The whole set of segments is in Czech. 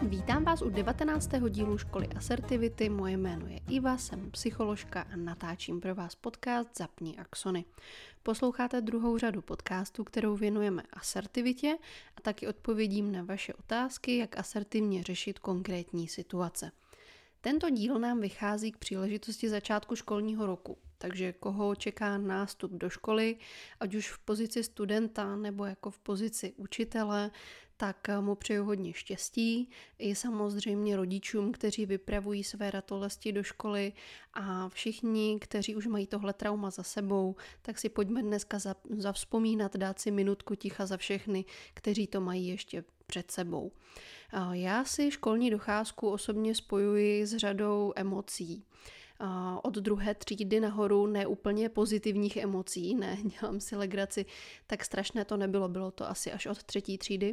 Vítám vás u 19. dílu Školy asertivity. Moje jméno je Iva, jsem psycholožka a natáčím pro vás podcast Zapni axony. Posloucháte druhou řadu podcastů, kterou věnujeme asertivitě a taky odpovědím na vaše otázky, jak asertivně řešit konkrétní situace. Tento díl nám vychází k příležitosti začátku školního roku, takže koho čeká nástup do školy, ať už v pozici studenta nebo jako v pozici učitele, tak mu přeju hodně štěstí. I samozřejmě rodičům, kteří vypravují své ratolesti do školy a všichni, kteří už mají tohle trauma za sebou, tak si pojďme dneska zavzpomínat, dát si minutku ticha za všechny, kteří to mají ještě před sebou. Já si školní docházku osobně spojuji s řadou emocí. Od druhé třídy nahoru neúplně pozitivních emocí, ne, dělám si legraci, tak strašné to nebylo, bylo to asi až od třetí třídy.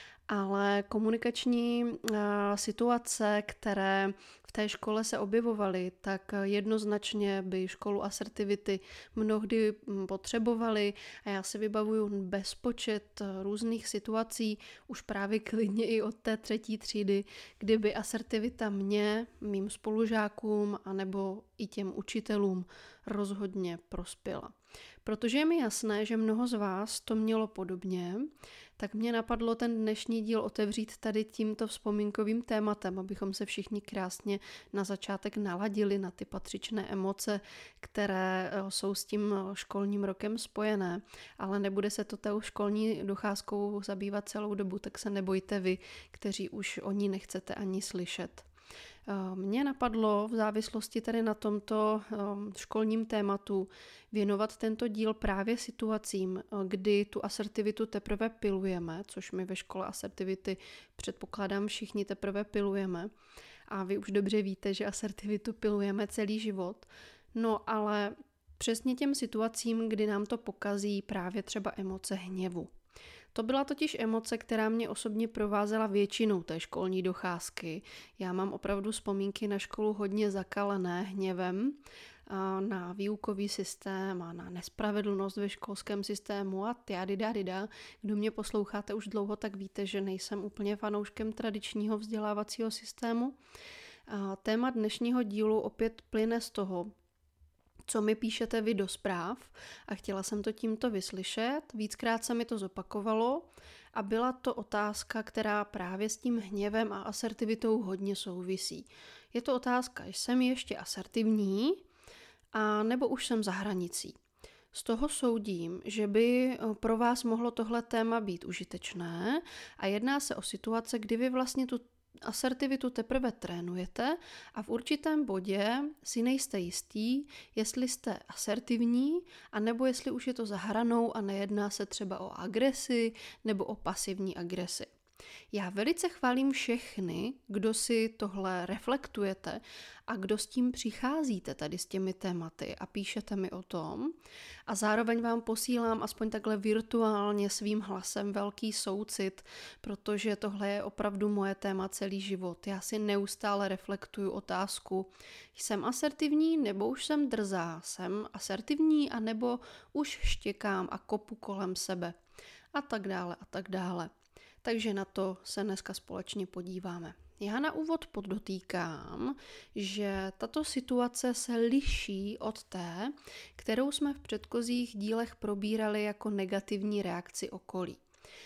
Ale komunikační situace, které v té škole se objevovaly, tak jednoznačně by školu asertivity mnohdy potřebovali a já si vybavuju bezpočet různých situací, už právě klidně i od té třetí třídy, kdyby asertivita mě, mým spolužákům anebo i těm učitelům rozhodně prospěla. Protože je mi jasné, že mnoho z vás to mělo podobně, tak mě napadlo ten dnešní díl otevřít tady tímto vzpomínkovým tématem, abychom se všichni krásně na začátek naladili na ty patřičné emoce, které jsou s tím školním rokem spojené, ale nebude se to tou školní docházkou zabývat celou dobu, tak se nebojte vy, kteří už o ní nechcete ani slyšet. Mně napadlo v závislosti tady na tomto školním tématu věnovat tento díl právě situacím, kdy tu asertivitu teprve pilujeme, což my ve škole asertivity předpokládám všichni teprve pilujeme a vy už dobře víte, že asertivitu pilujeme celý život, no ale přesně těm situacím, kdy nám to pokazí právě třeba emoce hněvu. To byla totiž emoce, která mě osobně provázela většinou té školní docházky. Já mám opravdu vzpomínky na školu hodně zakalené hněvem, na výukový systém a na nespravedlnost ve školském systému a tyadidadida. Kdo mě posloucháte už dlouho, tak víte, že nejsem úplně fanouškem tradičního vzdělávacího systému. Téma dnešního dílu opět plyne z toho, co mi píšete vy do zpráv a chtěla jsem to tímto vyslyšet. Víckrát se mi to zopakovalo a byla to otázka, která právě s tím hněvem a asertivitou hodně souvisí. Je to otázka, jsem ještě asertivní a nebo už jsem za hranicí. Z toho soudím, že by pro vás mohlo tohle téma být užitečné a jedná se o situace, kdy vy vlastně tu asertivitu teprve trénujete a v určitém bodě si nejste jistí, jestli jste asertivní, anebo jestli už je to za hranou a nejedná se třeba o agresi nebo o pasivní agresi. Já velice chválím všechny, kdo si tohle reflektujete a kdo s tím přicházíte tady s těmi tématy a píšete mi o tom a zároveň vám posílám aspoň takhle virtuálně svým hlasem velký soucit, protože tohle je opravdu moje téma celý život. Já si neustále reflektuju otázku, jsem asertivní nebo už jsem drzá, jsem asertivní a nebo už štěkám a kopu kolem sebe a tak dále a tak dále. Takže na to se dneska společně podíváme. Já na úvod podotýkám, že tato situace se liší od té, kterou jsme v předchozích dílech probírali jako negativní reakci okolí.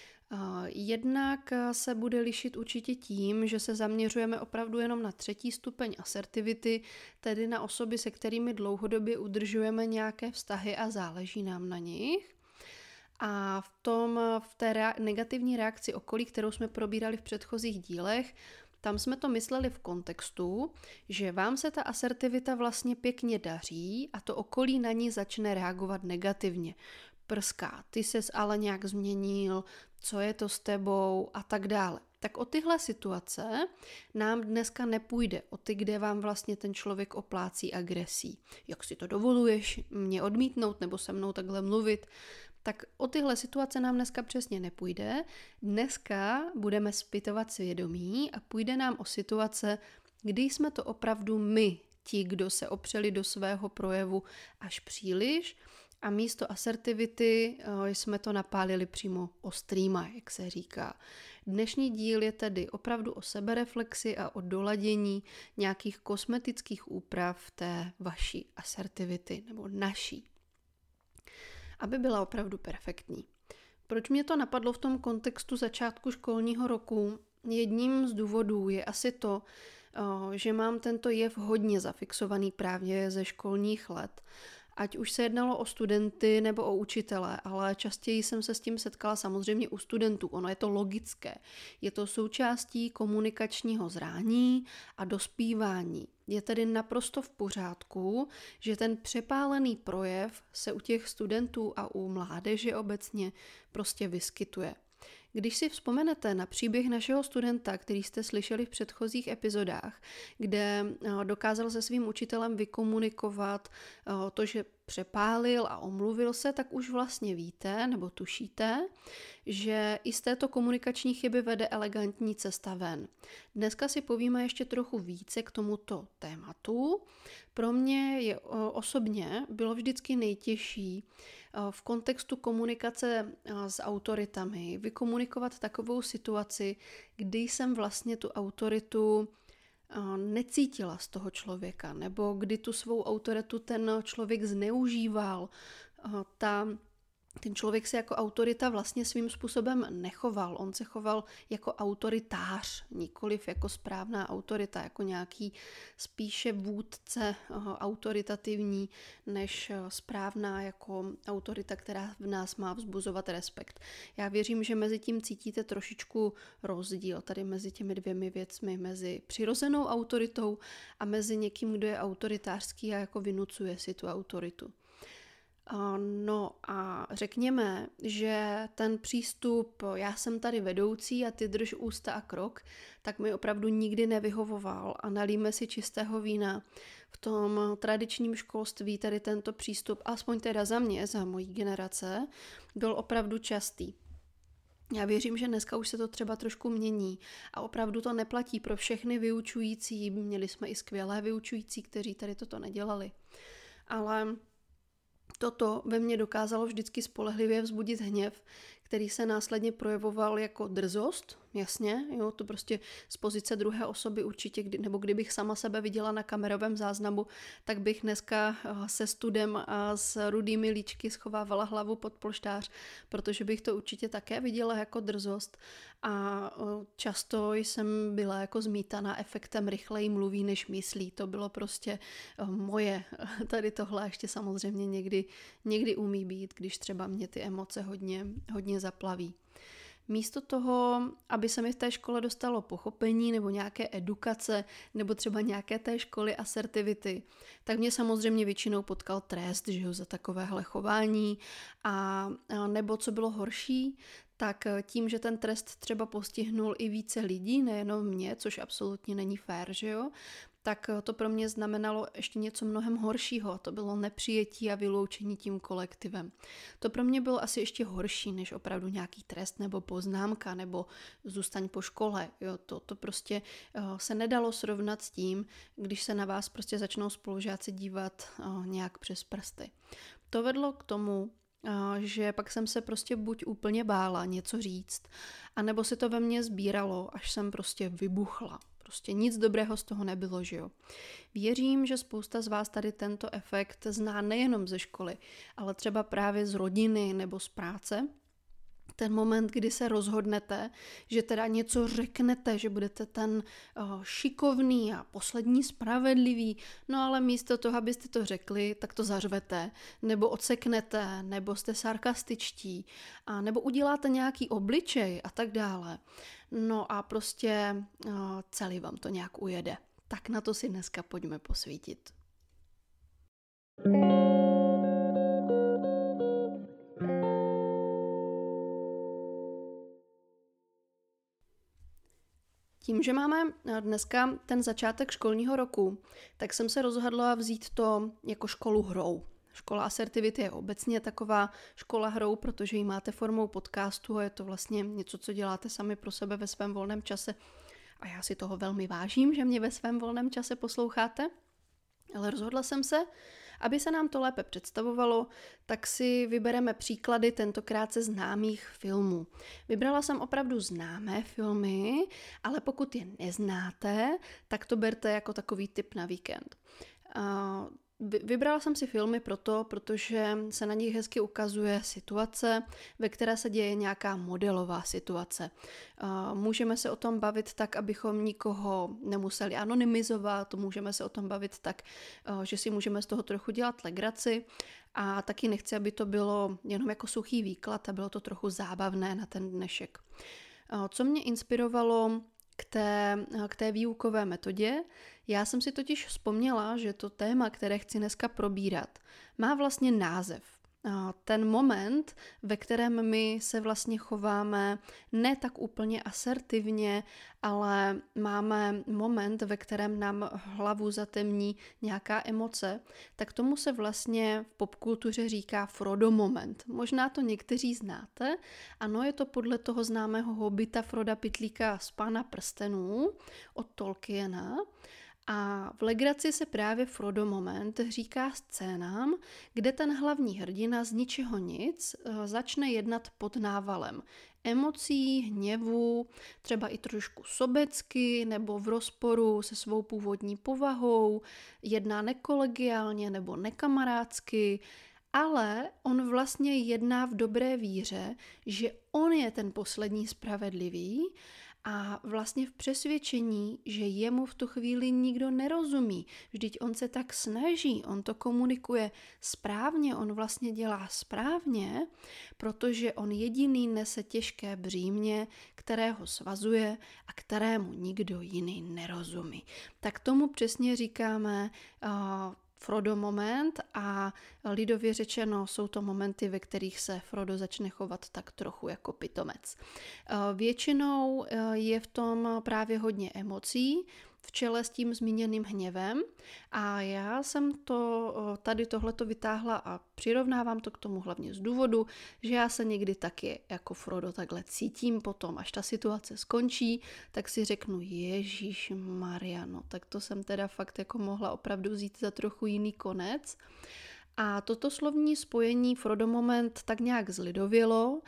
Jednak se bude lišit určitě tím, že se zaměřujeme opravdu jenom na třetí stupeň asertivity, tedy na osoby, se kterými dlouhodobě udržujeme nějaké vztahy a záleží nám na nich. A v té negativní reakci okolí, kterou jsme probírali v předchozích dílech, tam jsme to mysleli v kontextu, že vám se ta asertivita vlastně pěkně daří a to okolí na ní začne reagovat negativně. Prská, ty ses ale nějak změnil, co je to s tebou a tak dále. Tak o tyhle situace nám dneska nepůjde, o ty, kde vám vlastně ten člověk oplácí agresí. Jak si to dovoluješ mě odmítnout nebo se mnou takhle mluvit, tak o tyhle situace nám dneska přesně nepůjde. Dneska budeme zpytovat svědomí a půjde nám o situace, kdy jsme to opravdu my, ti, kdo se opřeli do svého projevu až příliš A místo asertivity jsme to napálili přímo ostrýma, jak se říká. Dnešní díl je tedy opravdu o sebereflexi a o doladění nějakých kosmetických úprav té vaší asertivity nebo naší, aby byla opravdu perfektní. Proč mě to napadlo v tom kontextu začátku školního roku? Jedním z důvodů je asi to, že mám tento jev hodně zafixovaný právě ze školních let. Ať už se jednalo o studenty nebo o učitele, ale častěji jsem se s tím setkala samozřejmě u studentů. Ono je to logické. Je to součástí komunikačního zrání a dospívání. Je tedy naprosto v pořádku, že ten přepálený projev se u těch studentů a u mládeže obecně prostě vyskytuje. Když si vzpomenete na příběh našeho studenta, který jste slyšeli v předchozích epizodách, kde dokázal se svým učitelem vykomunikovat to, že přepálil a omluvil se, tak už vlastně víte nebo tušíte, že i z této komunikační chyby vede elegantní cesta ven. Dneska si povíme ještě trochu více k tomuto tématu. Pro mě je osobně bylo vždycky nejtěžší v kontextu komunikace s autoritami vykomunikovat takovou situaci, kdy jsem vlastně tu autoritu necítila z toho člověka, nebo kdy tu svou autoritu ten člověk zneužíval. Ten člověk se jako autorita vlastně svým způsobem nechoval. On se choval jako autoritář, nikoliv jako správná autorita, jako nějaký spíše vůdce autoritativní, než správná jako autorita, která v nás má vzbuzovat respekt. Já věřím, že mezi tím cítíte trošičku rozdíl tady mezi těmi dvěmi věcmi, mezi přirozenou autoritou a mezi někým, kdo je autoritářský a jako vynucuje si tu autoritu. No a řekněme, že ten přístup já jsem tady vedoucí a ty drž ústa a krok, tak mi opravdu nikdy nevyhovoval a nalíme si čistého vína. V tom tradičním školství tady tento přístup, aspoň teda za mě, za mojí generace, byl opravdu častý. Já věřím, že dneska už se to třeba trošku mění a opravdu to neplatí pro všechny vyučující. Měli jsme i skvělé vyučující, kteří tady toto nedělali. Ale toto ve mně dokázalo vždycky spolehlivě vzbudit hněv, který se následně projevoval jako drzost, jasně, jo, to prostě z pozice druhé osoby určitě, nebo kdybych sama sebe viděla na kamerovém záznamu, tak bych dneska se studem a s rudými líčky schovávala hlavu pod polštář, protože bych to určitě také viděla jako drzost a často jsem byla jako zmítaná efektem rychleji mluví, než myslí, to bylo prostě moje, tady tohle ještě samozřejmě někdy umí být, když třeba mě ty emoce hodně zaplaví. Místo toho, aby se mi v té škole dostalo pochopení nebo nějaké edukace nebo třeba nějaké té školy asertivity, tak mě samozřejmě většinou potkal trest, že jo, za takovéhle chování a nebo co bylo horší, tak tím, že ten trest třeba postihnul i více lidí, nejenom mě, což absolutně není fér, že jo, tak to pro mě znamenalo ještě něco mnohem horšího, a to bylo nepřijetí a vyloučení tím kolektivem. To pro mě bylo asi ještě horší, než opravdu nějaký trest nebo poznámka, nebo zůstaň po škole. Jo, to prostě se nedalo srovnat s tím, když se na vás prostě začnou spolužáci dívat nějak přes prsty. To vedlo k tomu, že pak jsem se prostě buď úplně bála něco říct, anebo se to ve mně sbíralo, až jsem prostě vybuchla. Prostě nic dobrého z toho nebylo, že jo. Věřím, že spousta z vás tady tento efekt zná nejenom ze školy, ale třeba právě z rodiny nebo z práce. Ten moment, kdy se rozhodnete, že teda něco řeknete, že budete ten šikovný a poslední spravedlivý, no ale místo toho, abyste to řekli, tak to zařvete, nebo odseknete, nebo jste sarkastičtí, a nebo uděláte nějaký obličej a tak dále. No a prostě celý vám to nějak ujede. Tak na to si dneska pojďme posvítit. Tím, že máme dneska ten začátek školního roku, tak jsem se rozhodla vzít to jako školu hrou. Škola asertivity je obecně taková škola hrou, protože ji máte formou podcastu a je to vlastně něco, co děláte sami pro sebe ve svém volném čase. A já si toho velmi vážím, že mě ve svém volném čase posloucháte. Ale rozhodla jsem se, Aby se nám to lépe představovalo, tak si vybereme příklady tentokrát ze známých filmů. Vybrala jsem opravdu známé filmy, ale pokud je neznáte, tak to berte jako takový tip na víkend. Vybrala jsem si filmy protože se na nich hezky ukazuje situace, ve které se děje nějaká modelová situace. Můžeme se o tom bavit tak, abychom nikoho nemuseli anonymizovat, můžeme se o tom bavit tak, že si můžeme z toho trochu dělat legraci a taky nechci, aby to bylo jenom jako suchý výklad a bylo to trochu zábavné na ten dnešek. Co mě inspirovalo k té výukové metodě? Já jsem si totiž vzpomněla, že to téma, které chci dneska probírat, má vlastně název. Ten moment, ve kterém my se vlastně chováme ne tak úplně asertivně, ale máme moment, ve kterém nám hlavu zatemní nějaká emoce, tak tomu se vlastně v popkultuře říká Frodo moment. Možná to někteří znáte. Ano, je to podle toho známého hobita Froda Pytlíka z Pána prstenů od Tolkiena. A v legraci se právě Frodo moment říká scénám, kde ten hlavní hrdina z ničeho nic začne jednat pod návalem emocí, hněvu, třeba i trošku sobecky nebo v rozporu se svou původní povahou, jedná nekolegiálně nebo nekamarádsky, ale on vlastně jedná v dobré víře, že on je ten poslední spravedlivý a vlastně v přesvědčení, že jemu v tu chvíli nikdo nerozumí. Vždyť on se tak snaží, on to komunikuje správně, on vlastně dělá správně, protože on jediný nese těžké břímě, které ho svazuje a kterému nikdo jiný nerozumí. Tak tomu přesně říkáme Frodo moment a lidově řečeno jsou to momenty, ve kterých se Frodo začne chovat tak trochu jako pitomec. Většinou je v tom právě hodně emocí, v čele s tím zmíněným hněvem a já jsem tady tohleto vytáhla a přirovnávám to k tomu hlavně z důvodu, že já se někdy taky jako Frodo takhle cítím potom, až ta situace skončí, tak si řeknu Ježíšmarja, no tak to jsem teda fakt jako mohla opravdu vzít za trochu jiný konec. A toto slovní spojení Frodo moment tak nějak zlidovělo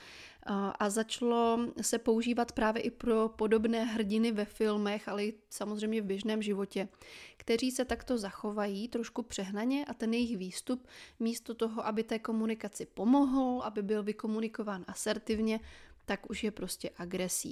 a začalo se používat právě i pro podobné hrdiny ve filmech, ale i samozřejmě v běžném životě, kteří se takto zachovají trošku přehnaně a ten jejich výstup místo toho, aby té komunikaci pomohl, aby byl vykomunikován asertivně, tak už je prostě agresí.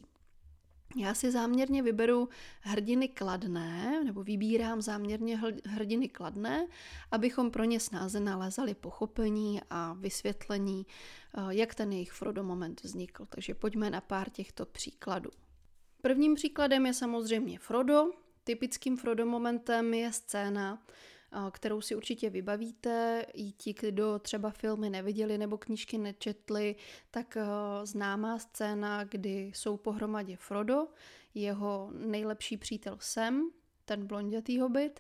Já si záměrně vyberu hrdiny kladné, nebo vybírám záměrně hrdiny kladné, abychom pro ně snáze nalézali pochopení a vysvětlení, jak ten jejich Frodo moment vznikl. Takže pojďme na pár těchto příkladů. Prvním příkladem je samozřejmě Frodo. Typickým Frodo momentem je scéna, kterou si určitě vybavíte. I ti, kdo třeba filmy neviděli nebo knížky nečetli, tak známá scéna, kdy jsou pohromadě Frodo, jeho nejlepší přítel Sam, ten blondětý hobit,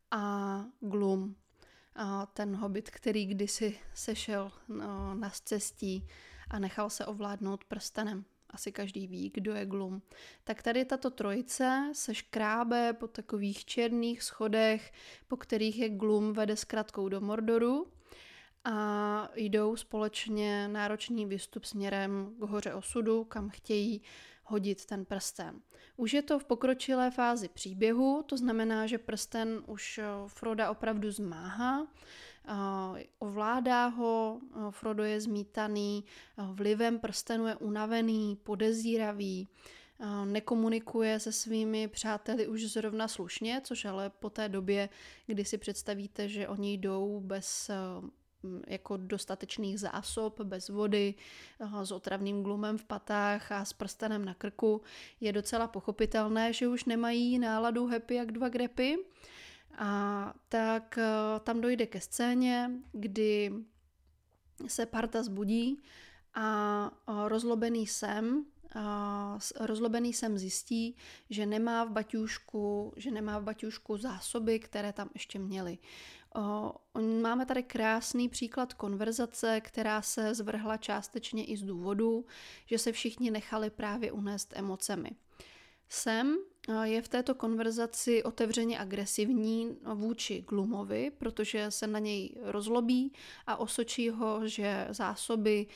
a Glum, ten hobit, který kdysi sešel na scestí a nechal se ovládnout prstenem. Asi každý ví, kdo je Glum. Tak tady tato trojice se škrábe po takových černých schodech, po kterých je Glum vede s kratkou do Mordoru a jdou společně náročný výstup směrem k hoře osudu, kam chtějí hodit ten prsten. Už je to v pokročilé fázi příběhu, to znamená, že prsten už Froda opravdu zmáhá, ovládá ho, Frodo je zmítaný, vlivem prstenu je unavený, podezíravý, nekomunikuje se svými přáteli už zrovna slušně, což ale po té době, kdy si představíte, že oni jdou bez jako dostatečných zásob, bez vody, s otravným Glumem v patách a s prstenem na krku, je docela pochopitelné, že už nemají náladu happy jak dva grepy. A tak tam dojde ke scéně, kdy se parta zbudí a rozlobený Sam zjistí, že nemá v baťůžku zásoby, které tam ještě měli. Máme tady krásný příklad konverzace, která se zvrhla částečně i z důvodu, že se všichni nechali právě unést emocemi. Sam je v této konverzaci otevřeně agresivní vůči Gloomovi, protože se na něj rozlobí a osočí ho, že zásoby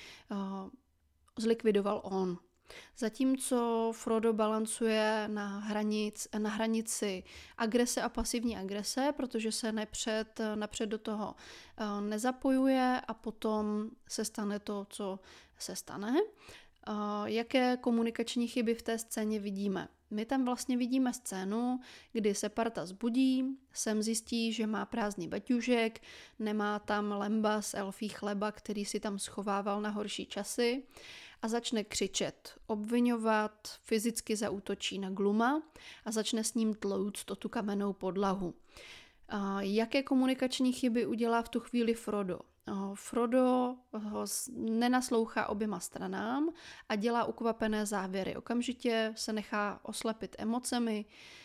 zlikvidoval on. Zatímco Frodo balancuje na hranici agrese a pasivní agrese, protože se napřed do toho nezapojuje a potom se stane to, co se stane. Jaké komunikační chyby v té scéně vidíme? My tam vlastně vidíme scénu, kdy se parta zbudí, Sam zjistí, že má prázdný baťužek, nemá tam lembas, elfí chleba, který si tam schovával na horší časy a začne křičet, obvinovat, fyzicky zaútočí na Glooma a začne s ním tlouct o tu kamennou podlahu. Jaké komunikační chyby udělá v tu chvíli Frodo? Frodo ho nenaslouchá oběma stranám a dělá ukvapené závěry. Okamžitě se nechá oslepit emocemi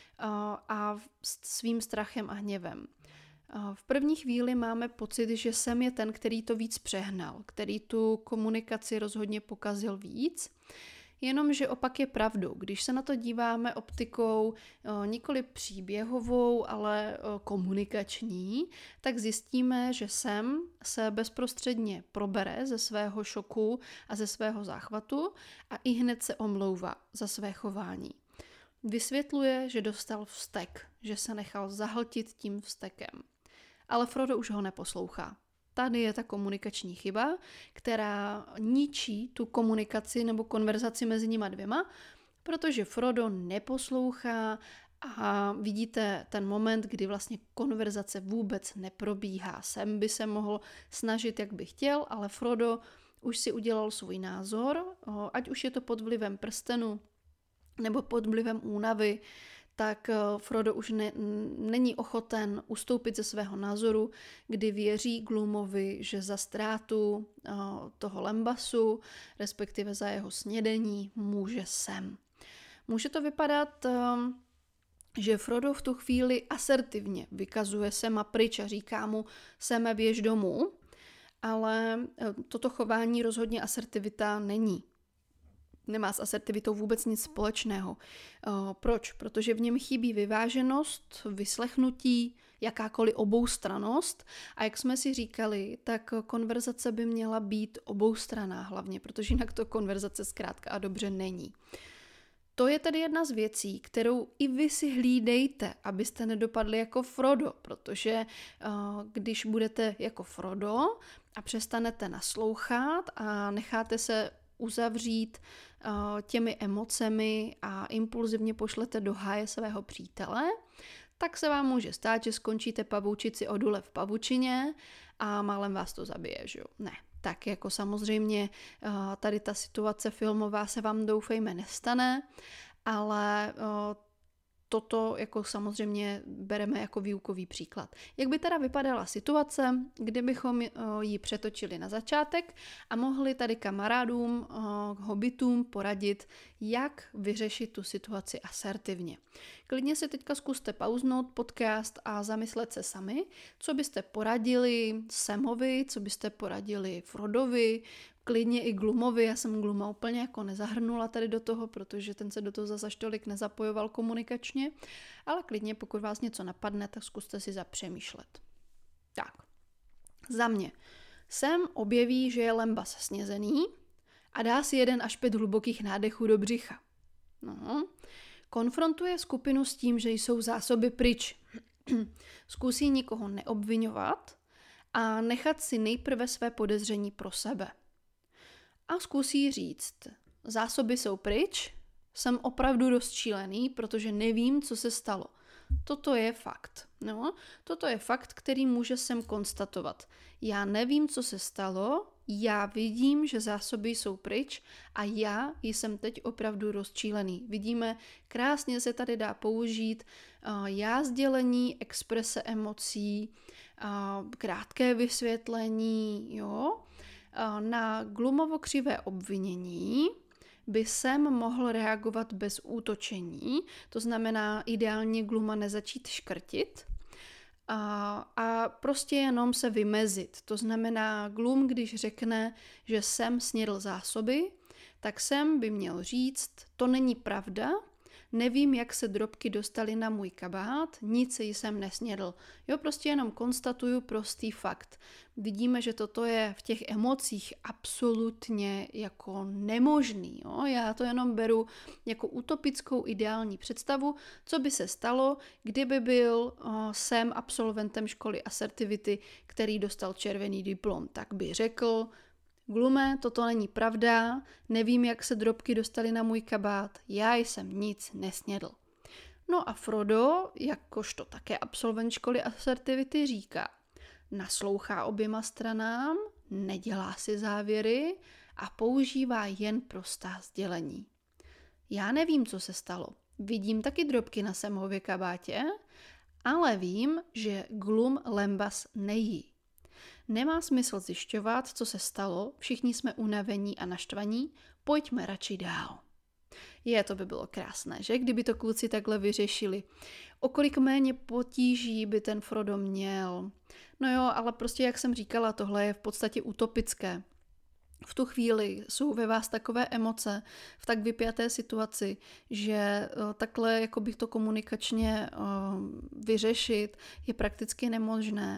a svým strachem a hněvem. V první chvíli máme pocit, že Sam je ten, který to víc přehnal, který tu komunikaci rozhodně pokazil víc. Jenomže opak je pravdou. Když se na to díváme optikou nikoli příběhovou, ale komunikační, tak zjistíme, že Sam se bezprostředně probere ze svého šoku a ze svého záchvatu a ihned se omlouvá za své chování. Vysvětluje, že dostal vztek, že se nechal zahltit tím vztekem. Ale Frodo už ho neposlouchá. Tady je ta komunikační chyba, která ničí tu komunikaci nebo konverzaci mezi nima dvěma, protože Frodo neposlouchá a vidíte ten moment, kdy vlastně konverzace vůbec neprobíhá. Sam by se mohl snažit, jak by chtěl, ale Frodo už si udělal svůj názor, ať už je to pod vlivem prstenu nebo pod vlivem únavy, tak Frodo už není ochoten ustoupit ze svého názoru, kdy věří Gloomovi, že za ztrátu toho lembasu, respektive za jeho snědení, může Sam. Může to vypadat, že Frodo v tu chvíli asertivně vykazuje Sama pryč a říká mu: Same, běž domů, ale toto chování rozhodně asertivita není. Nemá s asertivitou vůbec nic společného. Proč? Protože v něm chybí vyváženost, vyslechnutí, jakákoliv oboustrannost a jak jsme si říkali, tak konverzace by měla být oboustranná hlavně, protože jinak to konverzace zkrátka a dobře není. To je tedy jedna z věcí, kterou i vy si hlídejte, abyste nedopadli jako Frodo, protože když budete jako Frodo a přestanete naslouchat a necháte se uzavřít těmi emocemi a impulzivně pošlete do háje svého přítele, tak se vám může stát, že skončíte pavoučici o dule v pavučině a málem vás to zabije, že jo? Ne. Tak jako samozřejmě tady ta situace filmová se vám doufejme nestane, ale toto jako samozřejmě bereme jako výukový příklad. Jak by teda vypadala situace, kdybychom ji přetočili na začátek a mohli tady kamarádům, hobitům poradit, jak vyřešit tu situaci asertivně. Klidně si teďka zkuste pauznout podcast a zamyslet se sami, co byste poradili Samovi, co byste poradili Frodovi, klidně i Gloomovi. Já jsem Glooma úplně jako nezahrnula tady do toho, protože ten se do toho zase až tolik nezapojoval komunikačně, ale klidně, pokud vás něco napadne, tak zkuste si zapřemýšlet. Tak, za mě. Sam objeví, že je lembas snězený a dá si 1 až 5 hlubokých nádechů do břicha. Konfrontuje skupinu s tím, že jsou zásoby pryč. Zkusí nikoho neobvinovat a nechat si nejprve své podezření pro sebe. A zkusí říct: zásoby jsou pryč, jsem opravdu rozčílený, protože nevím, co se stalo. Toto je fakt. No, toto je fakt, který může Sam konstatovat. Já nevím, co se stalo, já vidím, že zásoby jsou pryč a já jsem teď opravdu rozčílený. Vidíme, krásně se tady dá použít já sdělení, exprese emocí, krátké vysvětlení, jo. Na Gloomovo křivé obvinění by Sam mohl reagovat bez útočení, to znamená ideálně Glooma nezačít škrtit a prostě jenom se vymezit. To znamená, Gloom, když řekne, že Sam snědl zásoby, tak Sam by měl říct: to není pravda, nevím, jak se drobky dostaly na můj kabát, nic jsem nesnědl. Jo, prostě jenom konstatuju prostý fakt. Vidíme, že toto je v těch emocích absolutně jako nemožný. Jo? Já to jenom beru jako utopickou ideální představu, co by se stalo, kdyby byl jsem absolventem školy asertivity, který dostal červený diplom. Tak by řekl: Glume, toto není pravda, nevím, jak se drobky dostaly na můj kabát, já jsem nic nesnědl. No a Frodo, jakožto také absolvent školy asertivity, říká: naslouchá oběma stranám, nedělá si závěry a používá jen prostá sdělení. Já nevím, co se stalo. Vidím taky drobky na Samově kabátě, ale vím, že Glum Lembas nejí. Nemá smysl zjišťovat, co se stalo, všichni jsme unavení a naštvaní, pojďme radši dál. To by bylo krásné, že? Kdyby to kluci takhle vyřešili. O kolik méně potíží by ten Frodo měl. No jo, ale prostě jak jsem říkala, tohle je v podstatě utopické. V tu chvíli jsou ve vás takové emoce v tak vypjaté situaci, že takhle jakoby to komunikačně vyřešit je prakticky nemožné.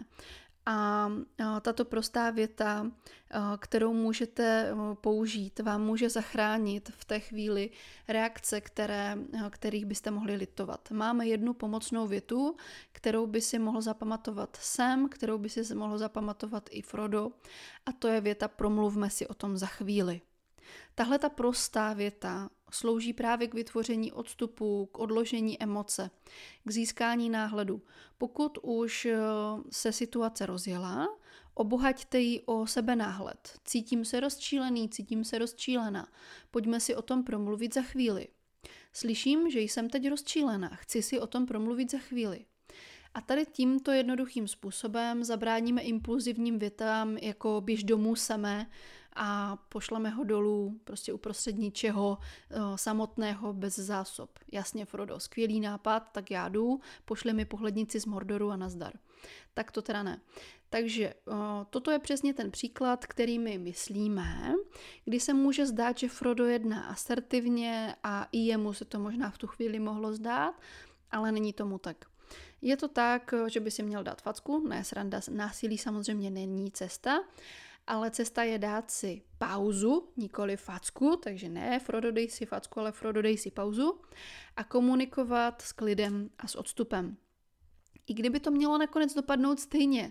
A tato prostá věta, kterou můžete použít, vám může zachránit v té chvíli reakce, kterých byste mohli litovat. Máme jednu pomocnou větu, kterou by si mohl zapamatovat Sam, kterou by si mohl zapamatovat i Frodo, a to je věta: promluvme si o tom za chvíli. Tahle ta prostá věta slouží právě k vytvoření odstupu, k odložení emoce, k získání náhledu. Pokud už se situace rozjela, obohaťte ji o sebenáhled. Cítím se rozčílený, cítím se rozčílená. Pojďme si o tom promluvit za chvíli. Slyším, že jsem teď rozčílená, chci si o tom promluvit za chvíli. A tady tímto jednoduchým způsobem zabráníme impulzivním větám jako běž domů samé a pošleme ho dolů prostě uprostřed ničeho samotného bez zásob. Jasně, Frodo, skvělý nápad, tak já jdu, pošli mi pohlednici z Mordoru a nazdar. Tak to teda ne. Takže toto je přesně ten příklad, který my myslíme, kdy se může zdát, že Frodo jedná asertivně a i jemu se to možná v tu chvíli mohlo zdát, ale není tomu tak. Je to tak, že by si měl dát facku, ne sranda, násilí samozřejmě není cesta, ale cesta je dát si pauzu, nikoli facku, takže ne Frodo dej si facku, ale Frodo dej si pauzu a komunikovat s klidem a s odstupem. I kdyby to mělo nakonec dopadnout stejně,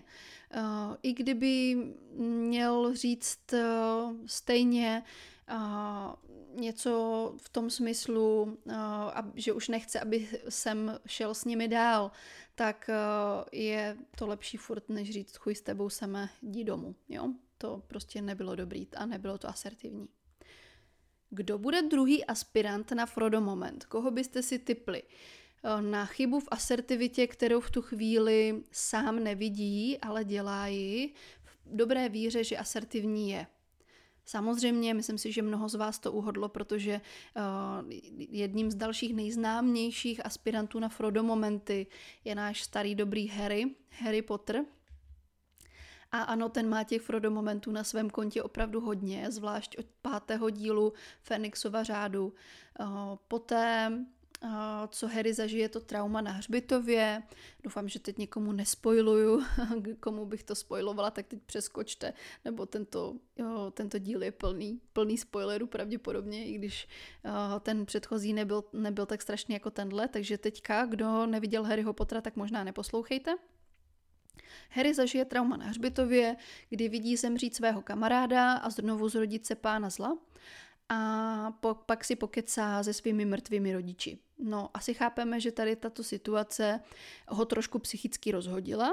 i kdyby měl říct stejně něco v tom smyslu, že už nechce, aby jsem šel s nimi dál, tak je to lepší furt, než říct chuj s tebou sama, jdi domů. Jo? To prostě nebylo dobrý a nebylo to asertivní. Kdo bude druhý aspirant na Frodo moment? Koho byste si tipli? Na chybu v asertivitě, kterou v tu chvíli sám nevidí, ale dělá ji v dobré víře, že asertivní je. Samozřejmě, myslím si, že mnoho z vás to uhodlo, protože jedním z dalších nejznámějších aspirantů na Frodo momenty je náš starý dobrý Harry Potter. A ano, ten má těch Frodo momentů na svém kontě opravdu hodně, zvlášť od 5. dílu Fenixova řádu. Poté, co Harry zažije to trauma na hřbitově, doufám, že teď někomu nespoiluju, komu bych to spoilovala, tak teď přeskočte, nebo tento díl je plný spoilerů pravděpodobně, i když ten předchozí nebyl tak strašný jako tenhle, takže teďka, kdo neviděl Harryho Pottera, tak možná neposlouchejte. Harry zažije trauma na hřbitově, kdy vidí zemřít svého kamaráda a znovu zrodit se pána zla a pak si pokecá se svými mrtvými rodiči. No, asi chápeme, že tady tato situace ho trošku psychicky rozhodila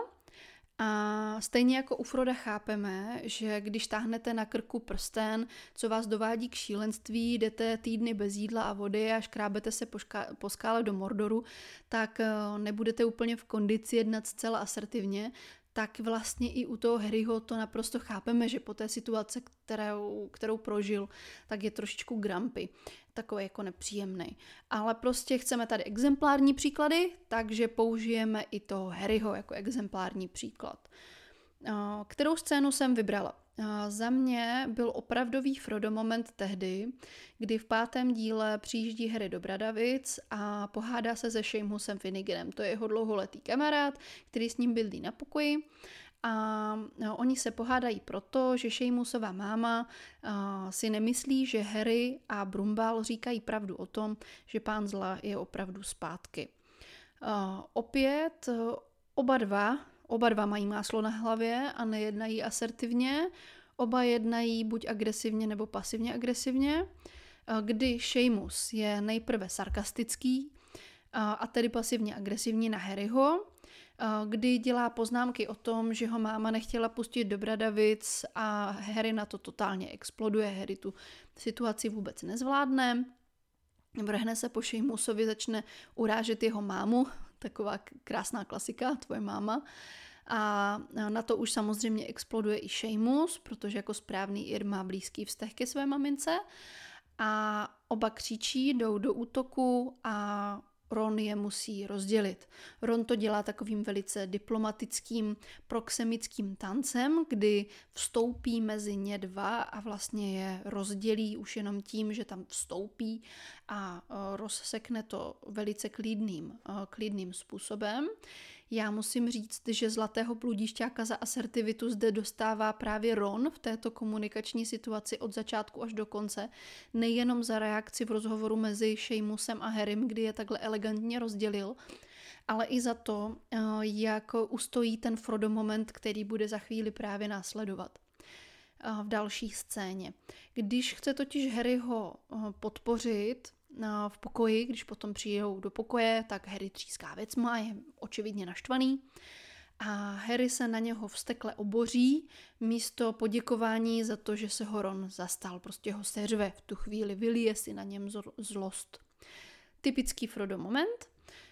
a stejně jako u Froda chápeme, že když táhnete na krku prsten, co vás dovádí k šílenství, jdete týdny bez jídla a vody a škrábete se po skále do Mordoru, tak nebudete úplně v kondici jednat zcela asertivně, tak vlastně i u toho Harryho to naprosto chápeme, že po té situace, kterou prožil, tak je trošičku grumpy, takový jako nepříjemný. Ale prostě chceme tady exemplární příklady, takže použijeme i toho Harryho jako exemplární příklad. Kterou scénu jsem vybrala? za mě byl opravdový Frodo moment tehdy, kdy v 5. díle přijíždí Harry do Bradavic a pohádá se se Seamusem Finniganem. To je jeho dlouholetý kamarád, který s ním bydlí na pokoji. A oni se pohádají proto, že Seamusova máma si nemyslí, že Harry a Brumbál říkají pravdu o tom, že pán zla je opravdu zpátky. Opět oba dva mají máslo na hlavě a nejednají asertivně. Oba jednají buď agresivně nebo pasivně agresivně, kdy Seamus je nejprve sarkastický a tedy pasivně agresivní na Harryho, kdy dělá poznámky o tom, že ho máma nechtěla pustit do Bradavic a Harry na to totálně exploduje. Harry tu situaci vůbec nezvládne. Vrhne se po Seamusovi, začne urážet jeho mámu, taková krásná klasika, tvoje máma. A na to už samozřejmě exploduje i Seamus, protože jako správný Ir má blízký vztah ke své mamince. A oba křičí, jdou do útoku a Ron je musí rozdělit. Ron to dělá takovým velice diplomatickým proxemickým tancem, kdy vstoupí mezi ně dva a vlastně je rozdělí už jenom tím, že tam vstoupí a rozsekne to velice klidným způsobem. Já musím říct, že zlatého pludišťáka za asertivitu zde dostává právě Ron v této komunikační situaci od začátku až do konce. Nejenom za reakci v rozhovoru mezi Seamusem a Harrym, kdy je takhle elegantně rozdělil, ale i za to, jak ustojí ten Frodo moment, který bude za chvíli právě následovat v další scéně. Když chce totiž Harryho podpořit v pokoji, když potom přijdou do pokoje, tak Harry tříská věcma, je očividně naštvaný a Harry se na něho vztekle oboří místo poděkování za to, že se ho Ron zastal, prostě ho seřve v tu chvíli, vylije si na něm zlost. Typický Frodo moment.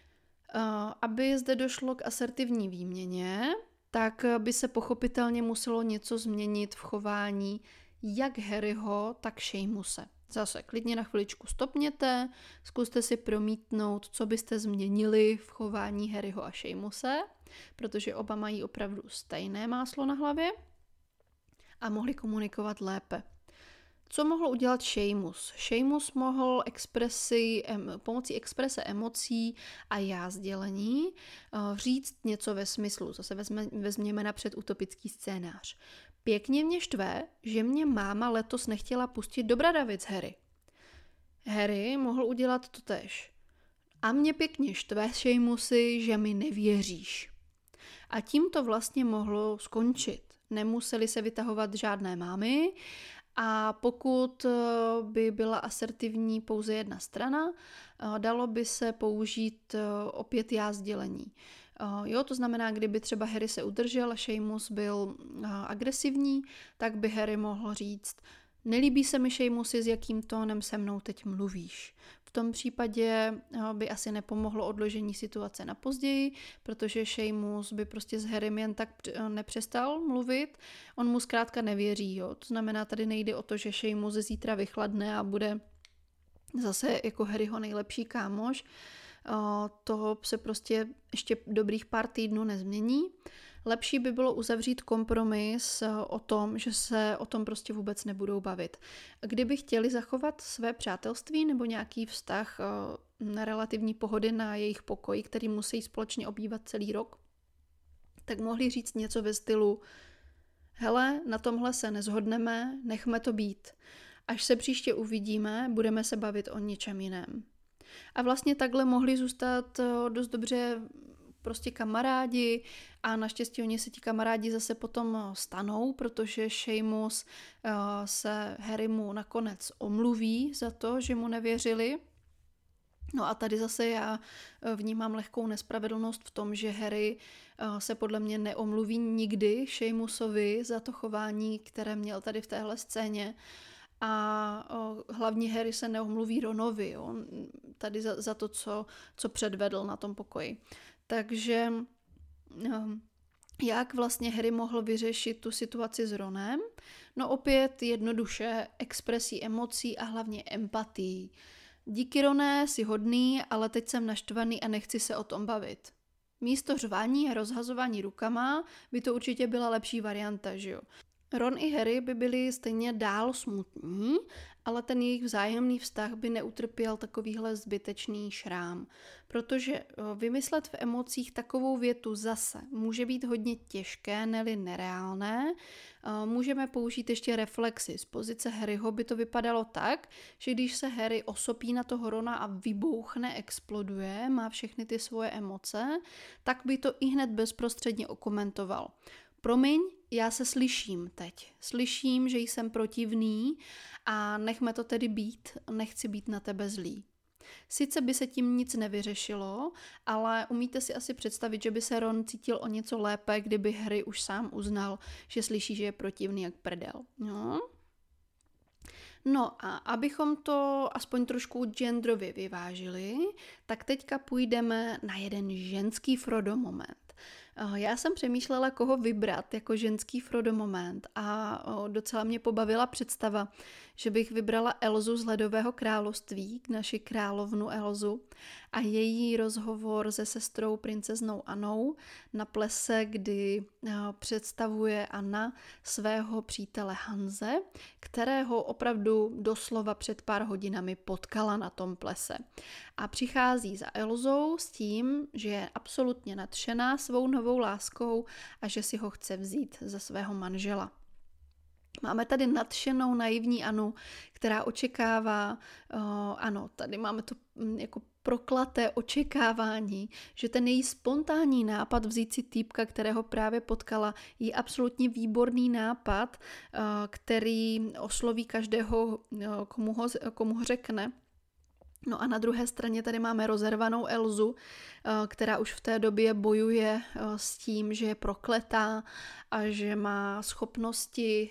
Aby zde došlo k asertivní výměně, tak by se pochopitelně muselo něco změnit v chování jak Harryho, tak Seamuse. Zase klidně na chviličku stopněte, zkuste si promítnout, co byste změnili v chování Harryho a Seamuse, protože oba mají opravdu stejné máslo na hlavě a mohli komunikovat lépe. Co mohl udělat Seamus? Seamus mohl pomocí exprese emocí a já sdělení říct něco ve smyslu, zase vezměme napřed utopický scénář. Pěkně mě štve, že mě máma letos nechtěla pustit do Bradavic, Harry. Harry mohl udělat to též. A mě pěkně štve, Seamusy, že mi nevěříš. A tím to vlastně mohlo skončit. Nemuseli se vytahovat žádné mámy a pokud by byla asertivní pouze jedna strana, dalo by se použít opět já sdělení. To znamená, kdyby třeba Harry se udržel a Seamus byl agresivní, tak by Harry mohl říct: nelíbí se mi, Seamusy, s jakým tónem se mnou teď mluvíš. V tom případě by asi nepomohlo odložení situace na později, protože Seamus by prostě s Harrym jen tak nepřestal mluvit. On mu zkrátka nevěří. To znamená, tady nejde o to, že Seamus zítra vychladne a bude zase jako Harryho nejlepší kámoš. To se prostě ještě dobrých pár týdnů nezmění. Lepší by bylo uzavřít kompromis o tom, že se o tom prostě vůbec nebudou bavit. Kdyby chtěli zachovat své přátelství nebo nějaký vztah na relativní pohody na jejich pokoji, který musí společně obývat celý rok, tak mohli říct něco ve stylu: hele, na tomhle se nezhodneme, nechme to být. Až se příště uvidíme, budeme se bavit o něčem jiném. A vlastně takhle mohli zůstat dost dobře prostě kamarádi a naštěstí oni se ti kamarádi zase potom stanou, protože Seamus se Harrymu nakonec omluví za to, že mu nevěřili. No a tady zase já vnímám lehkou nespravedlnost v tom, že Harry se podle mě neomluví nikdy Seamusovi za to chování, které měl tady v téhle scéně. A hlavně Harry se neomluví Ronovi, tady za to, co předvedl na tom pokoji. Takže jak vlastně Harry mohl vyřešit tu situaci s Ronem? No opět jednoduše expresí emocí a hlavně empatií. Díky, Roné, jsi hodný, ale teď jsem naštvaný a nechci se o tom bavit. Místo řvání a rozhazování rukama by to určitě byla lepší varianta, že jo? Ron i Harry by byli stejně dál smutní, ale ten jejich vzájemný vztah by neutrpěl takovýhle zbytečný šrám. Protože vymyslet v emocích takovou větu zase může být hodně těžké, ne-li nereálné. Můžeme použít ještě reflexy. Z pozice Harryho by to vypadalo tak, že když se Harry osopí na toho Rona a vybouchne, exploduje, má všechny ty svoje emoce, tak by to ihned bezprostředně okomentoval. Promiň, já se slyším teď. Slyším, že jsem protivný a nechme to tedy být, nechci být na tebe zlý. Sice by se tím nic nevyřešilo, ale umíte si asi představit, že by se Ron cítil o něco lépe, kdyby Harry už sám uznal, že slyší, že je protivný jak prdel. No a abychom to aspoň trošku genderově vyvážili, tak teďka půjdeme na jeden ženský Frodo moment. Já jsem přemýšlela, koho vybrat jako ženský Frodo moment a docela mě pobavila představa, že bych vybrala Elzu z Ledového království, naši královnu Elzu a její rozhovor se sestrou princeznou Annou na plese, kdy představuje Anna svého přítele Hanse, kterého opravdu doslova před pár hodinami potkala na tom plese. A přichází za Elzou s tím, že je absolutně nadšená svou novou láskou a že si ho chce vzít za svého manžela. Máme tady nadšenou naivní Annu, která očekává, ano, tady máme to jako proklaté očekávání, že ten její spontánní nápad vzít si týpka, kterého právě potkala, je absolutně výborný nápad, který osloví každého, komu ho řekne. No a na druhé straně tady máme rozervanou Elzu, která už v té době bojuje s tím, že je prokletá a že má schopnosti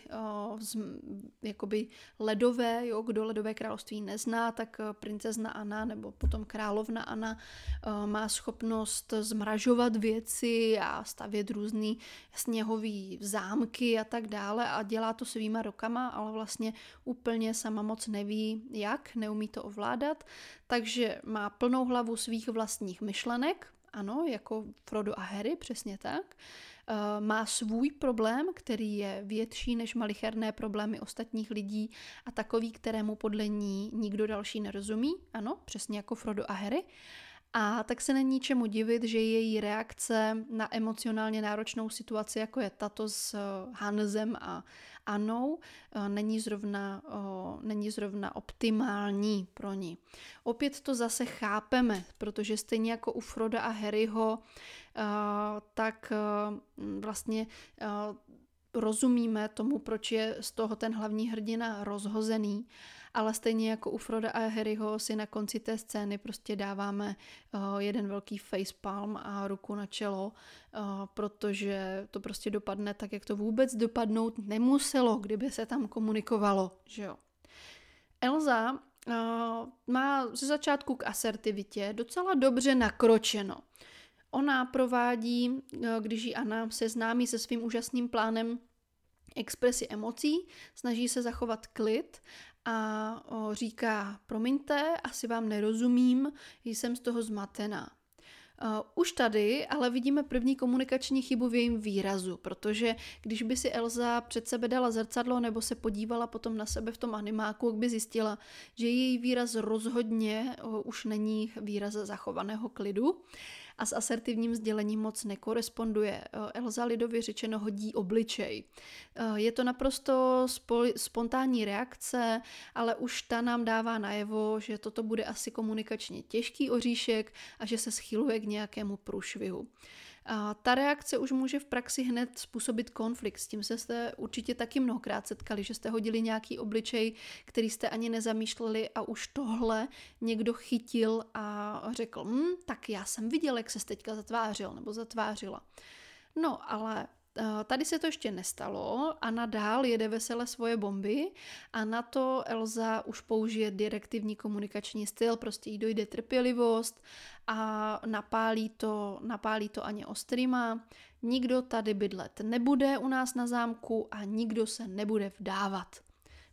jakoby ledové, kdo Ledové království nezná, tak princezna Anna nebo potom královna Anna má schopnost zmražovat věci a stavět různý sněhový zámky a tak dále a dělá to svýma rukama, ale vlastně úplně sama moc neví jak, neumí to ovládat, takže má plnou hlavu svých vlastních myšlenek, ano, jako Frodo a Harry, přesně tak. Má svůj problém, který je větší než malicherné problémy ostatních lidí a takový, kterému podle ní nikdo další nerozumí, ano, přesně jako Frodo a Harry. A tak se není čemu divit, že její reakce na emocionálně náročnou situaci, jako je tato s Hansem a Annou, není zrovna optimální pro ní. Opět to zase chápeme, protože stejně jako u Froda a Harryho, tak vlastně rozumíme tomu, proč je z toho ten hlavní hrdina rozhozený, ale stejně jako u Froda a Harryho si na konci té scény prostě dáváme jeden velký facepalm a ruku na čelo, protože to prostě dopadne tak, jak to vůbec dopadnout nemuselo, kdyby se tam komunikovalo, že jo. Elza má ze začátku k asertivitě docela dobře nakročeno. Ona provádí, když ji Anna seznámí se svým úžasným plánem expresi emocí, snaží se zachovat klid a říká, promiňte, asi vám nerozumím, jsem z toho zmatená. Už tady ale vidíme první komunikační chybu v jejím výrazu, protože když by si Elza před sebe dala zrcadlo nebo se podívala potom na sebe v tom animáku, jak by zjistila, že její výraz rozhodně už není výraz zachovaného klidu a s asertivním sdělením moc nekoresponduje. Elza lidově řečeno hodí obličej. Je to naprosto spontánní reakce, ale už ta nám dává najevo, že toto bude asi komunikačně těžký oříšek a že se schyluje k nějakému průšvihu. Ta reakce už může v praxi hned způsobit konflikt. S tím jste určitě taky mnohokrát setkali, že jste hodili nějaký obličej, který jste ani nezamýšleli a už tohle někdo chytil a řekl, tak já jsem viděl, jak ses teďka zatvářil nebo zatvářila. No, ale tady se to ještě nestalo a nadál jede vesele svoje bomby a na to Elza už použije direktivní komunikační styl, prostě jí dojde trpělivost a napálí to Aně ostrýma. Nikdo tady bydlet nebude u nás na zámku a nikdo se nebude vdávat.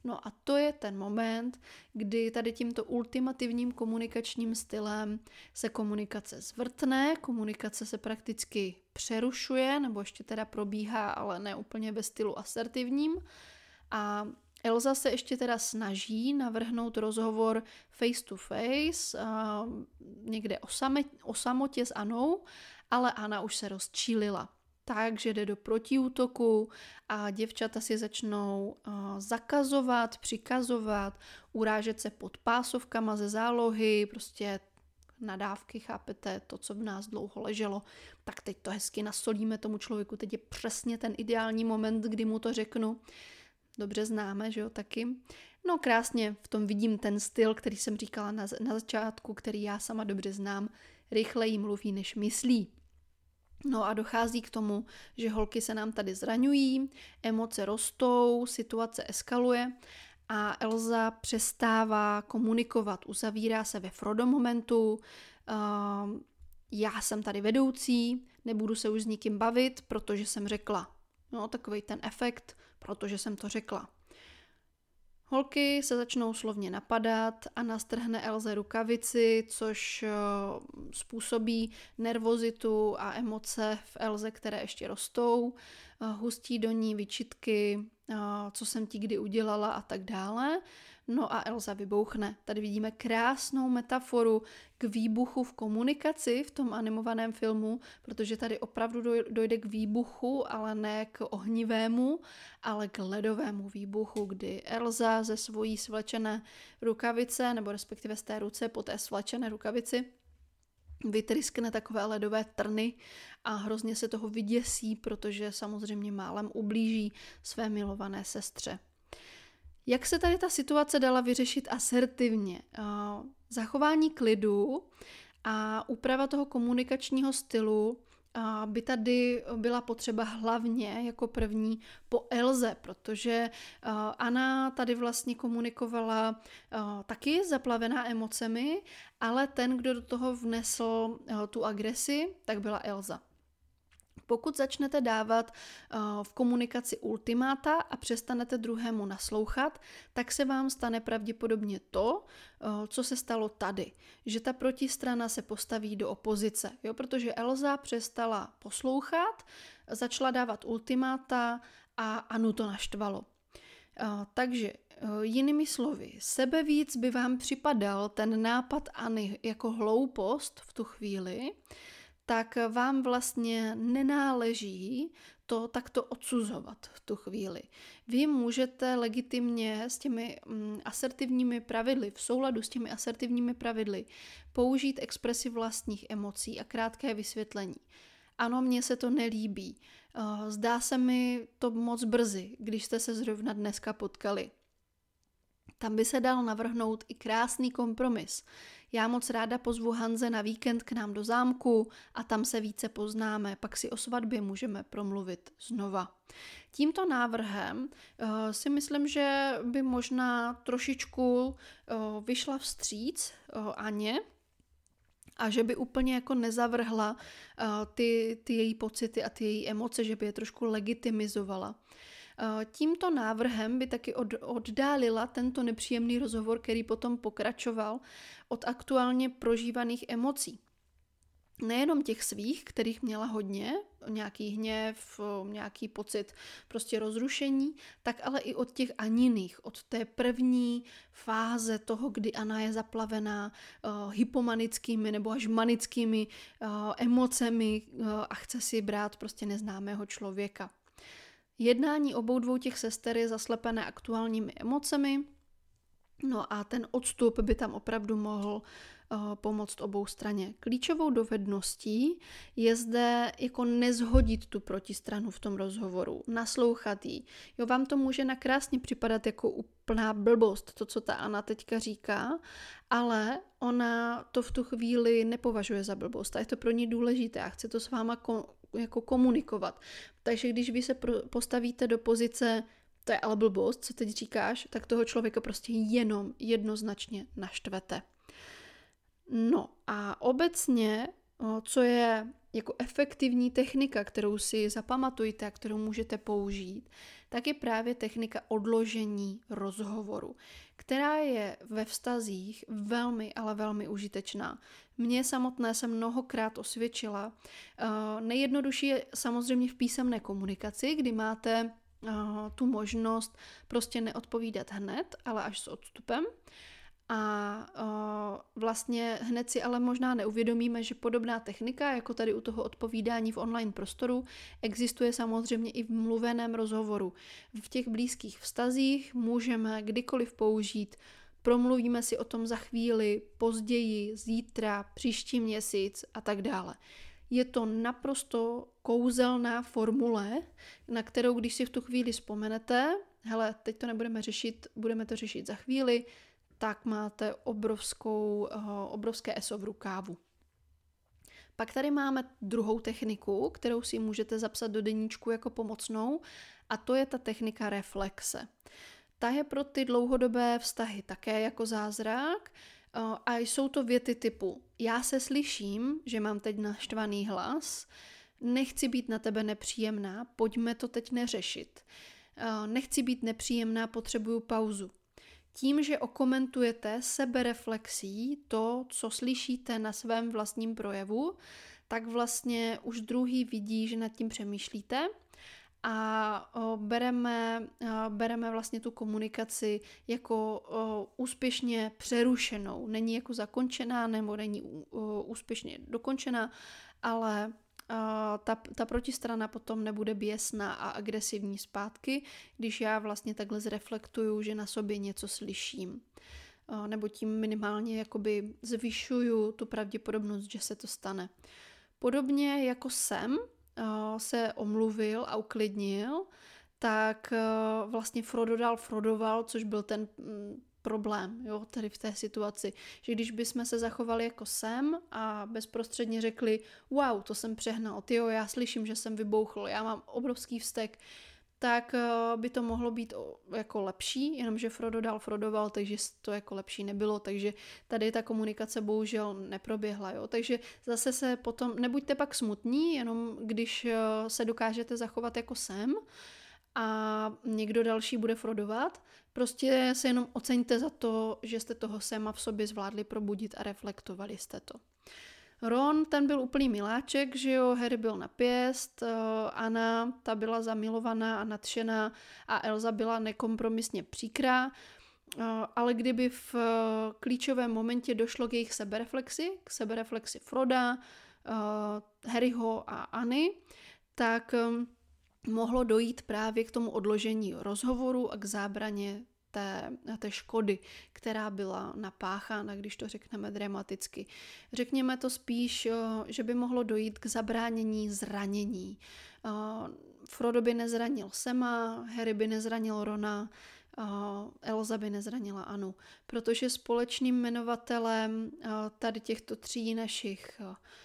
No a to je ten moment, kdy tady tímto ultimativním komunikačním stylem se komunikace zvrtne, komunikace se prakticky přerušuje, nebo ještě teda probíhá, ale ne úplně ve stylu asertivním. A Elza se ještě teda snaží navrhnout rozhovor face to face, někde o samotě s Annou, ale Anna už se rozčílila. Takže jde do protiútoku a děvčata si začnou zakazovat, přikazovat, urážet se pod pásovkama ze zálohy, prostě nadávky, chápete, to, co v nás dlouho leželo, tak teď to hezky nasolíme tomu člověku, teď je přesně ten ideální moment, kdy mu to řeknu. Dobře známe, že jo, taky. No krásně v tom vidím ten styl, který jsem říkala na začátku, který já sama dobře znám, rychleji mluví, než myslí. No a dochází k tomu, že holky se nám tady zraňují, emoce rostou, situace eskaluje a Elza přestává komunikovat, uzavírá se ve Frodo momentu, já jsem tady vedoucí, nebudu se už s nikým bavit, protože jsem řekla. No, takovej ten efekt, protože jsem to řekla. Holky se začnou slovně napadat a nastrhne Elze rukavici, což způsobí nervozitu a emoce v Elze, které ještě rostou. Hustí do ní výčitky, co jsem ti kdy udělala a tak dále. No a Elza vybouchne. Tady vidíme krásnou metaforu k výbuchu v komunikaci v tom animovaném filmu, protože tady opravdu dojde k výbuchu, ale ne k ohnivému, ale k ledovému výbuchu, kdy Elza ze svojí svlečené rukavice, nebo respektive z té ruce po té svlečené rukavici, vytryskne takové ledové trny a hrozně se toho vyděsí, protože samozřejmě málem ublíží své milované sestře. Jak se tady ta situace dala vyřešit asertivně? Zachování klidu a úprava toho komunikačního stylu by tady byla potřeba hlavně jako první po Elze, protože Anna tady vlastně komunikovala taky zaplavená emocemi, ale ten, kdo do toho vnesl tu agresi, tak byla Elza. Pokud začnete dávat v komunikaci ultimáta a přestanete druhému naslouchat, tak se vám stane pravděpodobně to, co se stalo tady. Že ta protistrana se postaví do opozice, jo? Protože Elza přestala poslouchat, začala dávat ultimáta a Anu to naštvalo. Takže jinými slovy, sebevíc by vám připadal ten nápad Anny jako hloupost v tu chvíli, tak vám vlastně nenáleží to takto odsuzovat v tu chvíli. Vy můžete legitimně s těmi asertivními pravidly, v souladu s těmi asertivními pravidly, použít expresi vlastních emocí a krátké vysvětlení. Ano, mně se to nelíbí. Zdá se mi to moc brzy, když jste se zrovna dneska potkali. Tam by se dal navrhnout i krásný kompromis. Já moc ráda pozvu Hanze na víkend k nám do zámku a tam se více poznáme, pak si o svatbě můžeme promluvit znova. Tímto návrhem si myslím, že by možná trošičku vyšla vstříc Aně a že by úplně jako nezavrhla ty její pocity a ty její emoce, že by je trošku legitimizovala. Tímto návrhem by taky oddálila tento nepříjemný rozhovor, který potom pokračoval, od aktuálně prožívaných emocí. Nejenom těch svých, kterých měla hodně, nějaký hněv, nějaký pocit prostě rozrušení, tak ale i od těch Aniných, od té první fáze toho, kdy Anna je zaplavená hypomanickými nebo až manickými emocemi a chce si brát prostě neznámého člověka. Jednání obou dvou těch sester je zaslepené aktuálními emocemi, no a ten odstup by tam opravdu mohl pomoct obou straně. Klíčovou dovedností je zde jako nezhodit tu protistranu v tom rozhovoru, naslouchat jí. Jo, vám to může nakrásně připadat jako úplná blbost, to, co ta Anna teďka říká, ale ona to v tu chvíli nepovažuje za blbost a je to pro ní důležité a chce to s váma jako komunikovat. Takže když vy se postavíte do pozice, to je ale blbost, co teď říkáš, tak toho člověka prostě jenom jednoznačně naštvete. No a obecně, co je jako efektivní technika, kterou si zapamatujte a kterou můžete použít, tak je právě technika odložení rozhovoru, která je ve vztazích velmi, ale velmi užitečná. Mně samotné se mnohokrát osvědčila. Nejjednodušší je samozřejmě v písemné komunikaci, kdy máte tu možnost prostě neodpovídat hned, ale až s odstupem. A vlastně hned si ale možná neuvědomíme, že podobná technika, jako tady u toho odpovídání v online prostoru, existuje samozřejmě i v mluveném rozhovoru. V těch blízkých vztazích můžeme kdykoliv použít, promluvíme si o tom za chvíli, později, zítra, příští měsíc a tak dále. Je to naprosto kouzelná formule, na kterou, když si v tu chvíli vzpomenete, hele, teď to nebudeme řešit, budeme to řešit za chvíli, tak máte obrovské ESO v rukávu. Pak tady máme druhou techniku, kterou si můžete zapsat do deníčku jako pomocnou, a to je ta technika reflexe. Ta je pro ty dlouhodobé vztahy také jako zázrak a jsou to věty typu: já se slyším, že mám teď naštvaný hlas, nechci být na tebe nepříjemná, pojďme to teď neřešit. Nechci být nepříjemná, potřebuju pauzu. Tím, že okomentujete sebereflexí to, co slyšíte na svém vlastním projevu, tak vlastně už druhý vidí, že nad tím přemýšlíte a bereme vlastně tu komunikaci jako úspěšně přerušenou. Není jako zakončená nebo není úspěšně dokončená, ale ta protistrana potom nebude běsná a agresivní zpátky, když já vlastně takhle zreflektuju, že na sobě něco slyším. Nebo tím minimálně jakoby zvyšuju tu pravděpodobnost, že se to stane. Podobně jako jsem se omluvil a uklidnil, tak vlastně Frodo dál frodoval, což byl ten problém, jo, tady v té situaci, že když bychom se zachovali jako jsem a bezprostředně řekli, wow, to jsem přehnal, tyjo, já slyším, že jsem vybouchl, já mám obrovský vztek, tak by to mohlo být jako lepší, jenomže Frodo dál frodoval, takže to jako lepší nebylo, takže tady ta komunikace bohužel neproběhla, jo, takže zase se potom, nebuďte pak smutní, jenom když se dokážete zachovat jako jsem a někdo další bude frodovat, prostě se jenom oceňte za to, že jste toho Sama v sobě zvládli probudit a reflektovali jste to. Ron, ten byl úplný miláček, že jo, Harry byl na pěst, Anna, ta byla zamilovaná a nadšená a Elza byla nekompromisně příkrá, ale kdyby v klíčovém momentě došlo k jejich k sebereflexi Froda, Harryho a Anny, tak mohlo dojít právě k tomu odložení rozhovoru a k zábraně té škody, která byla napáchána, když to řekneme dramaticky. Řekněme to spíš, že by mohlo dojít k zabránění zranění. Frodo by nezranil Sama, Harry by nezranil Rona, Elza by nezranila Annu, protože společným jmenovatelem tady těchto tří našich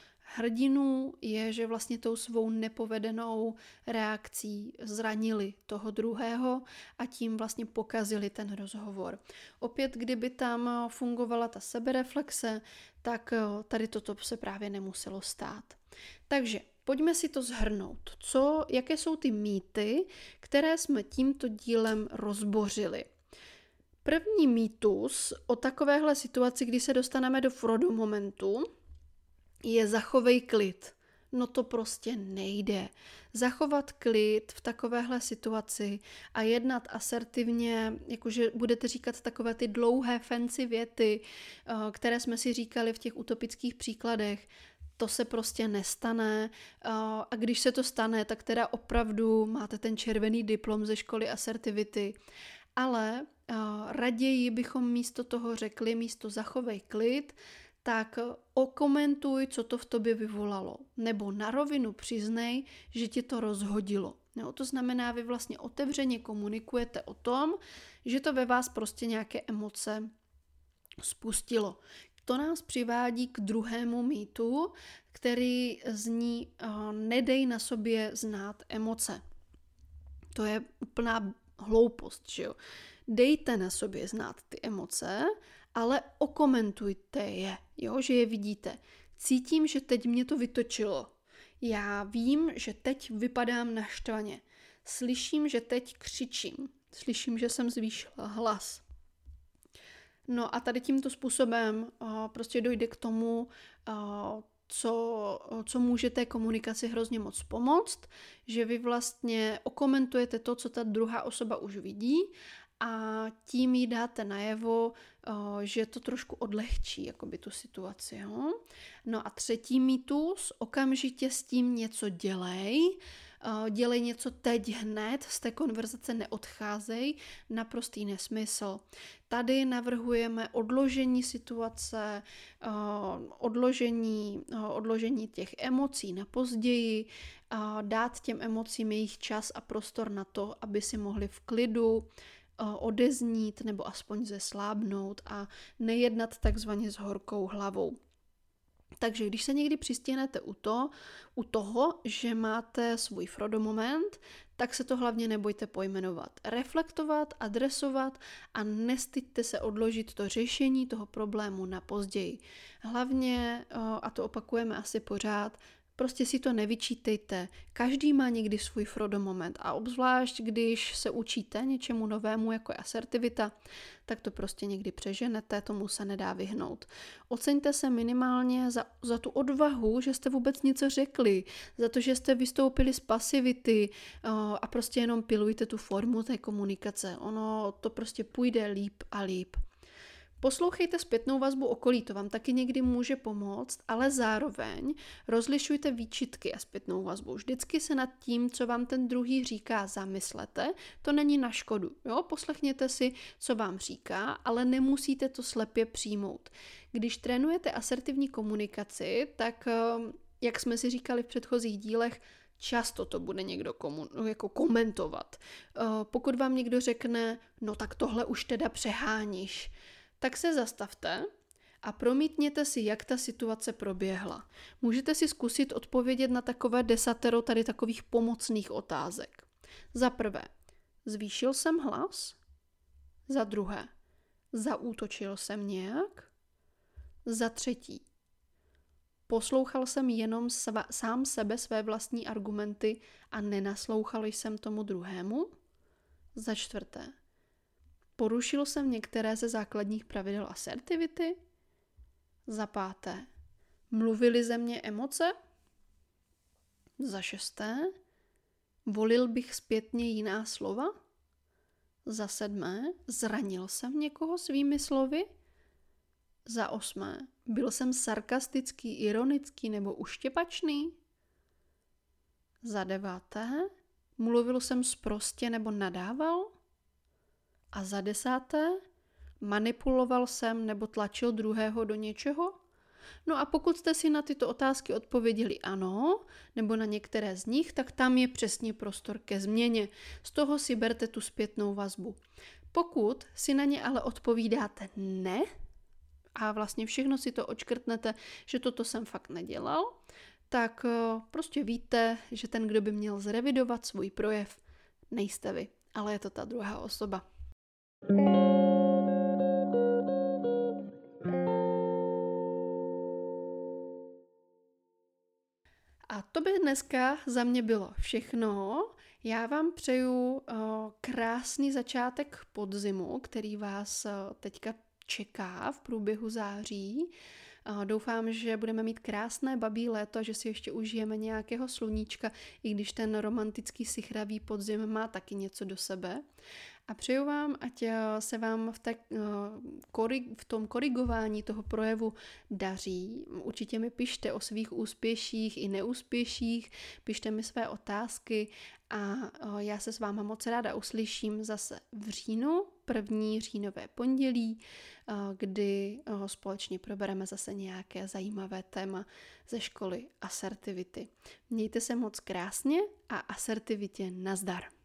hrdinů je, že vlastně tou svou nepovedenou reakcí zranili toho druhého a tím vlastně pokazili ten rozhovor. Opět, kdyby tam fungovala ta sebereflexe, tak tady toto se právě nemuselo stát. Takže pojďme si to shrnout. Jaké jsou ty mýty, které jsme tímto dílem rozbořili? První mýtus o takovéhle situaci, kdy se dostaneme do Frodo momentu, je zachovej klid. No to prostě nejde. Zachovat klid v takovéhle situaci a jednat asertivně, jakože budete říkat takové ty dlouhé fancy věty, které jsme si říkali v těch utopických příkladech, to se prostě nestane a když se to stane, tak teda opravdu máte ten červený diplom ze školy asertivity. Ale raději bychom místo toho řekli, místo zachovej klid, tak okomentuj, co to v tobě vyvolalo. Nebo na rovinu přiznej, že ti to rozhodilo. No, to znamená, vy vlastně otevřeně komunikujete o tom, že to ve vás prostě nějaké emoce spustilo. To nás přivádí k druhému mýtu, který zní nedej na sobě znát emoce. To je úplná hloupost, že jo. Dejte na sobě znát ty emoce, ale okomentujte je, jo, že je vidíte. Cítím, že teď mě to vytočilo. Já vím, že teď vypadám naštvaně. Slyším, že teď křičím. Slyším, že jsem zvýšila hlas. No a tady tímto způsobem prostě dojde k tomu, co může té komunikaci hrozně moc pomoct, že vy vlastně okomentujete to, co ta druhá osoba už vidí a tím jí dáte najevo, že to trošku odlehčí jakoby tu situaci. Jo? No a třetí mýtus, okamžitě s tím něco dělej, dělej něco teď hned, z té konverzace neodcházej, naprostý nesmysl. Tady navrhujeme odložení situace, odložení těch emocí na později, dát těm emocím jejich čas a prostor na to, aby si mohli v klidu odeznít nebo aspoň zeslábnout a nejednat takzvaně s horkou hlavou. Takže když se někdy přistihnete u toho, že máte svůj Frodo moment, tak se to hlavně nebojte pojmenovat. Reflektovat, adresovat a nestyďte se odložit to řešení toho problému na později. Hlavně, a to opakujeme asi pořád, prostě si to nevyčítejte. Každý má někdy svůj Frodo moment a obzvlášť, když se učíte něčemu novému, jako je asertivita, tak to prostě někdy přeženete, tomu se nedá vyhnout. Oceňte se minimálně za tu odvahu, že jste vůbec něco řekli, za to, že jste vystoupili z pasivity a prostě jenom pilujte tu formu té komunikace. Ono to prostě půjde líp a líp. Poslouchejte zpětnou vazbu okolí, to vám taky někdy může pomoct, ale zároveň rozlišujte výčitky a zpětnou vazbu. Vždycky se nad tím, co vám ten druhý říká, zamyslete, to není na škodu. Jo? Poslechněte si, co vám říká, ale nemusíte to slepě přijmout. Když trénujete asertivní komunikaci, tak, jak jsme si říkali v předchozích dílech, často to bude někdo komentovat. Pokud vám někdo řekne, no tak tohle už teda přeháníš, tak se zastavte a promítněte si, jak ta situace proběhla. Můžete si zkusit odpovědět na takové desatero tady takových pomocných otázek. Za prvé, zvýšil jsem hlas? Za druhé, zaútočil jsem nějak? Za třetí, poslouchal jsem jenom sám sebe, své vlastní argumenty a nenaslouchal jsem tomu druhému? Za čtvrté, porušil jsem některé ze základních pravidel asertivity? Za páté, mluvily ze mě emoce? Za šesté, volil bych zpětně jiná slova? Za sedmé, zranil jsem někoho svými slovy? Za osmé, byl jsem sarkastický, ironický nebo uštěpačný? Za deváté, mluvil jsem sprostě nebo nadával? A za desáté, manipuloval jsem nebo tlačil druhého do něčeho? No a pokud jste si na tyto otázky odpověděli ano, nebo na některé z nich, tak tam je přesně prostor ke změně. Z toho si berte tu zpětnou vazbu. Pokud si na ně ale odpovídáte ne, a vlastně všechno si to odškrtnete, že toto jsem fakt nedělal, tak prostě víte, že ten, kdo by měl zrevidovat svůj projev, nejste vy, ale je to ta druhá osoba. A to by dneska za mě bylo všechno. Já vám přeju krásný začátek podzimu, který vás teďka čeká v průběhu září. Doufám, že budeme mít krásné babí léto a že si ještě užijeme nějakého sluníčka, i když ten romantický sichravý podzim má taky něco do sebe. A přeju vám, ať se vám v tom korigování toho projevu daří. Určitě mi pište o svých úspěších i neúspěších, pište mi své otázky a já se s váma moc ráda uslyším zase v říjnu, 1. říjnové pondělí, kdy společně probereme zase nějaké zajímavé téma ze školy asertivity. Mějte se moc krásně a asertivitě nazdar.